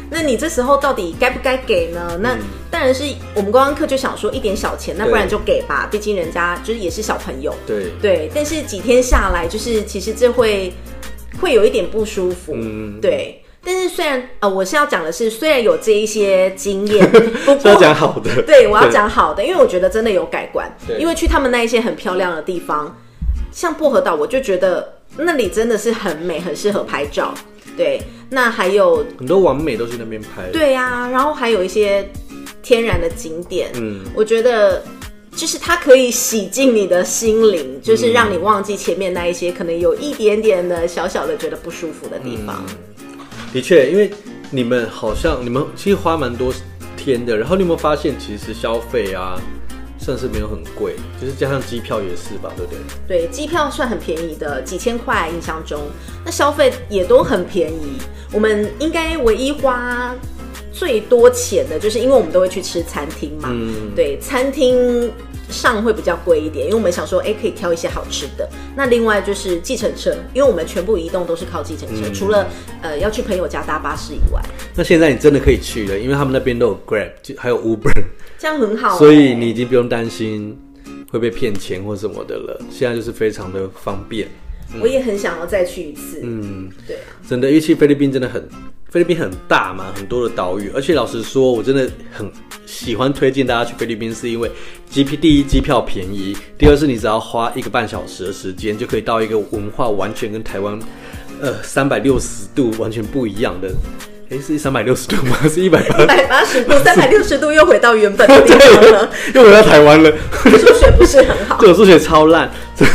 那你这时候到底该不该给呢？那当然是我们观光客就想说一点小钱，那不然就给吧，毕竟人家就是也是小朋友。对，但是几天下来，就是其实这会有一点不舒服。对。但是虽然我是要讲的是，虽然有这一些经验，不过要讲好的。 对，我要讲好的，因为我觉得真的有改观。因为去他们那一些很漂亮的地方，像薄荷岛，我就觉得那里真的是很美，很适合拍照。对，那还有很多网美都去那边拍。 对啊，然后还有一些天然的景点，我觉得就是它可以洗净你的心灵，就是让你忘记前面那一些可能有一点点的小小的觉得不舒服的地方。 的确，因为你们其实花蛮多天的，然后你有没有发现，其实消费啊，算是没有很贵，就是加上机票也是吧，对不对？ 对，机票算很便宜的，几千块印象中，那消费也都很便宜。我们应该唯一花最多钱的，就是因为我们都会去吃餐厅嘛，对，餐厅上会比较贵一点，因为我们想说，可以挑一些好吃的。那另外就是计程车，因为我们全部移动都是靠计程车，除了要去朋友家搭巴士以外。 那现在你真的可以去了，因为他们那边都有 Grab， 还有 Uber， 这样很好。 所以你已经不用担心会被骗钱或什么的了，现在就是非常的方便。 我也很想要再去一次。对啊， 真的，因为其实菲律宾很大嘛，很多的岛屿，而且老实说，我真的很喜欢推荐大家去菲律宾，是因为第一机票便宜，第二是你只要花1个半小时的时间，就可以到一个文化完全跟台湾360度完全不一样的。是360度吗？是 180度，360度又回到原本的地方了， 又回到台湾了。 数学不是很好， 对，我数学超烂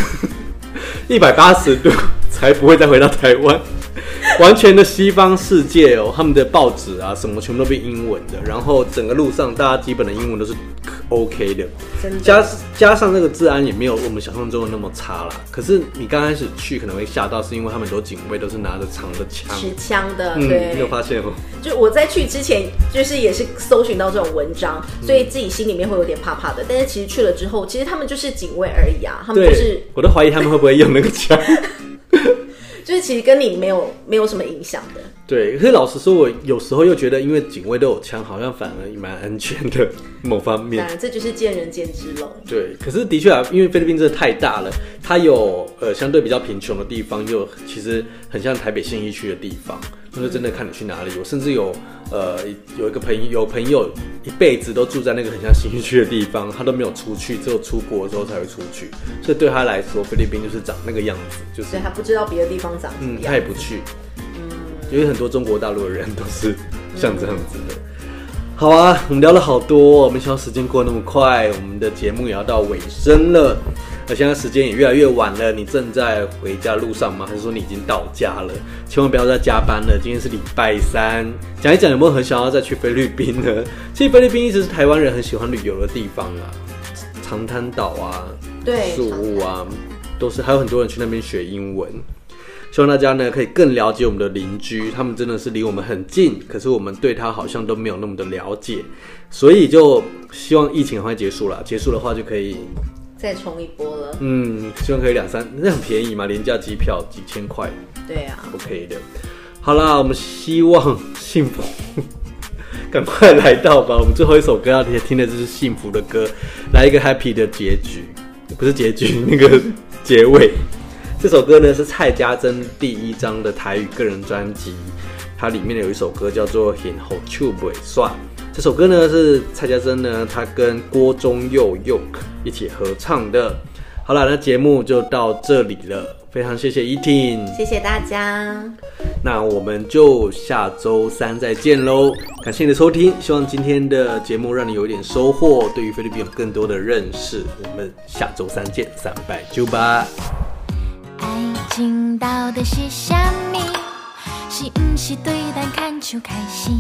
，180度才不会再回到台湾。完全的西方世界哦，他们的报纸啊什么全部都变英文的，然后整个路上大家基本的英文都是 OK 的，加上那个治安也没有我们想象中的那么差啦。可是你刚开始去可能会吓到，是因为他们很多警卫都是拿着长的枪， 持枪的，对， 你有发现哦？ 就我在去之前，就是也是搜寻到这种文章，所以自己心里面会有点怕怕的。但是其实去了之后，其实他们就是警卫而已啊，他们就是， 我都怀疑他们会不会用那个枪。 就是其实跟你没有什么影响的。 对，可是老实说，我有时候又觉得，因为警卫都有枪，好像反而蛮安全的某方面。 当然，这就是见仁见智喽。 对，可是的确啊，因为菲律宾真的太大了，它有相对比较贫穷的地方，又其实很像台北信义区的地方，那就真的看你去哪里。我甚至有一个朋友一辈子都住在那个很像信义区的地方，他都没有出去，只有出国的时候才会出去，所以对他来说，菲律宾就是长那个样子，就是。 所以他不知道别的地方长什么样子。 他也不去。因为很多中国大陆的人都是像这样子的。好啊，我们聊了好多，没想到时间过那么快，我们的节目也要到尾声了。而现在时间也越来越晚了，你正在回家路上吗？还是说你已经到家了？千万不要再加班了，今天是礼拜三。讲一讲有没有很想要再去菲律宾呢？其实菲律宾一直是台湾人很喜欢旅游的地方啊，长滩岛啊， 对， 宿务啊，都是，还有很多人去那边学英文。希望大家呢可以更了解我们的邻居，他们真的是离我们很近，可是我们对他好像都没有那么的了解，所以就希望疫情很快结束了，结束的话就可以再冲一波了。 希望可以2-3，那很便宜嘛，廉价机票几千块， 对啊 ，OK 的。好啦，我们希望幸福赶快来到吧。我们最后一首歌要听的就是幸福的歌，来一个 happy 的结局，不是结局，那个结尾。这首歌呢是蔡家珍第1张的台语个人专辑，它里面有一首歌叫做《很好手袂煞》。这首歌呢是蔡家珍呢她跟郭宗佑 Yoke 一起合唱的。好了，那节目就到这里了，非常谢谢依婷， 谢谢大家。 那我们就下周3再见喽！感谢你的收听，希望今天的节目让你有一点收获，对于菲律宾有更多的认识。我们下周3见，300吧。 爱情到底是什么？是不是对咱牵手开始？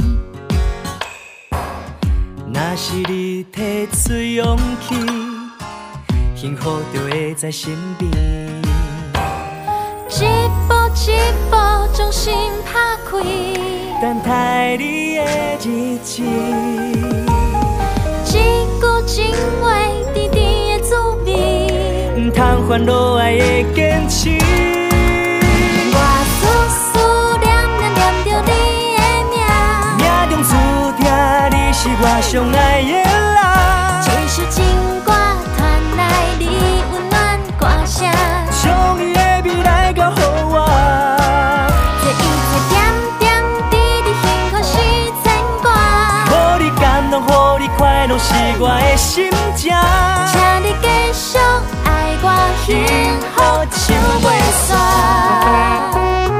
若是你提出勇气，幸福就会在身边。 一步一步将心打开， 等待你的日子。 一句情话，甜甜的滋味。 不通烦恼爱的坚持。 我思思念念念着你的名， 我上爱的人。 这首情歌传来你温暖歌声， 将伊的未来交予我。 这一切点点滴滴幸福是牵挂， 予你感动，予你快乐是我的心情。 请你继续爱我，幸福唱袂煞。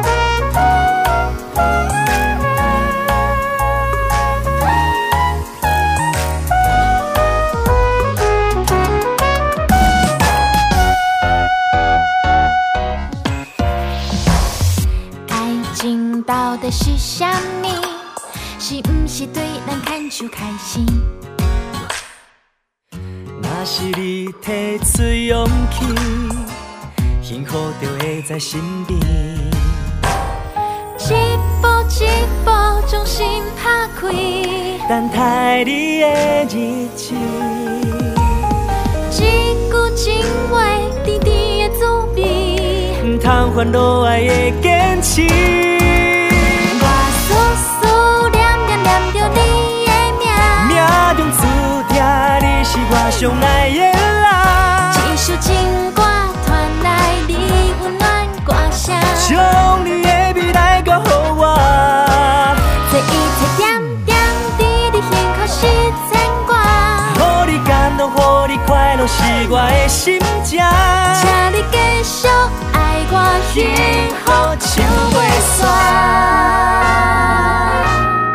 到底是啥物？是不是对咱牵手开心？ 若是你提出勇气，幸福就会在身边。 一步一步将心打开， 等待你的日子。 一句情话，甜甜的滋味， 不通烦恼爱的坚持。我上爱的人， 这首情歌传来你温暖歌声， 将你的未来交予我。 这一切点点滴滴幸福是牵挂， 予你感动，予你快乐是我的心情。 请你继续爱我，幸福唱袂煞。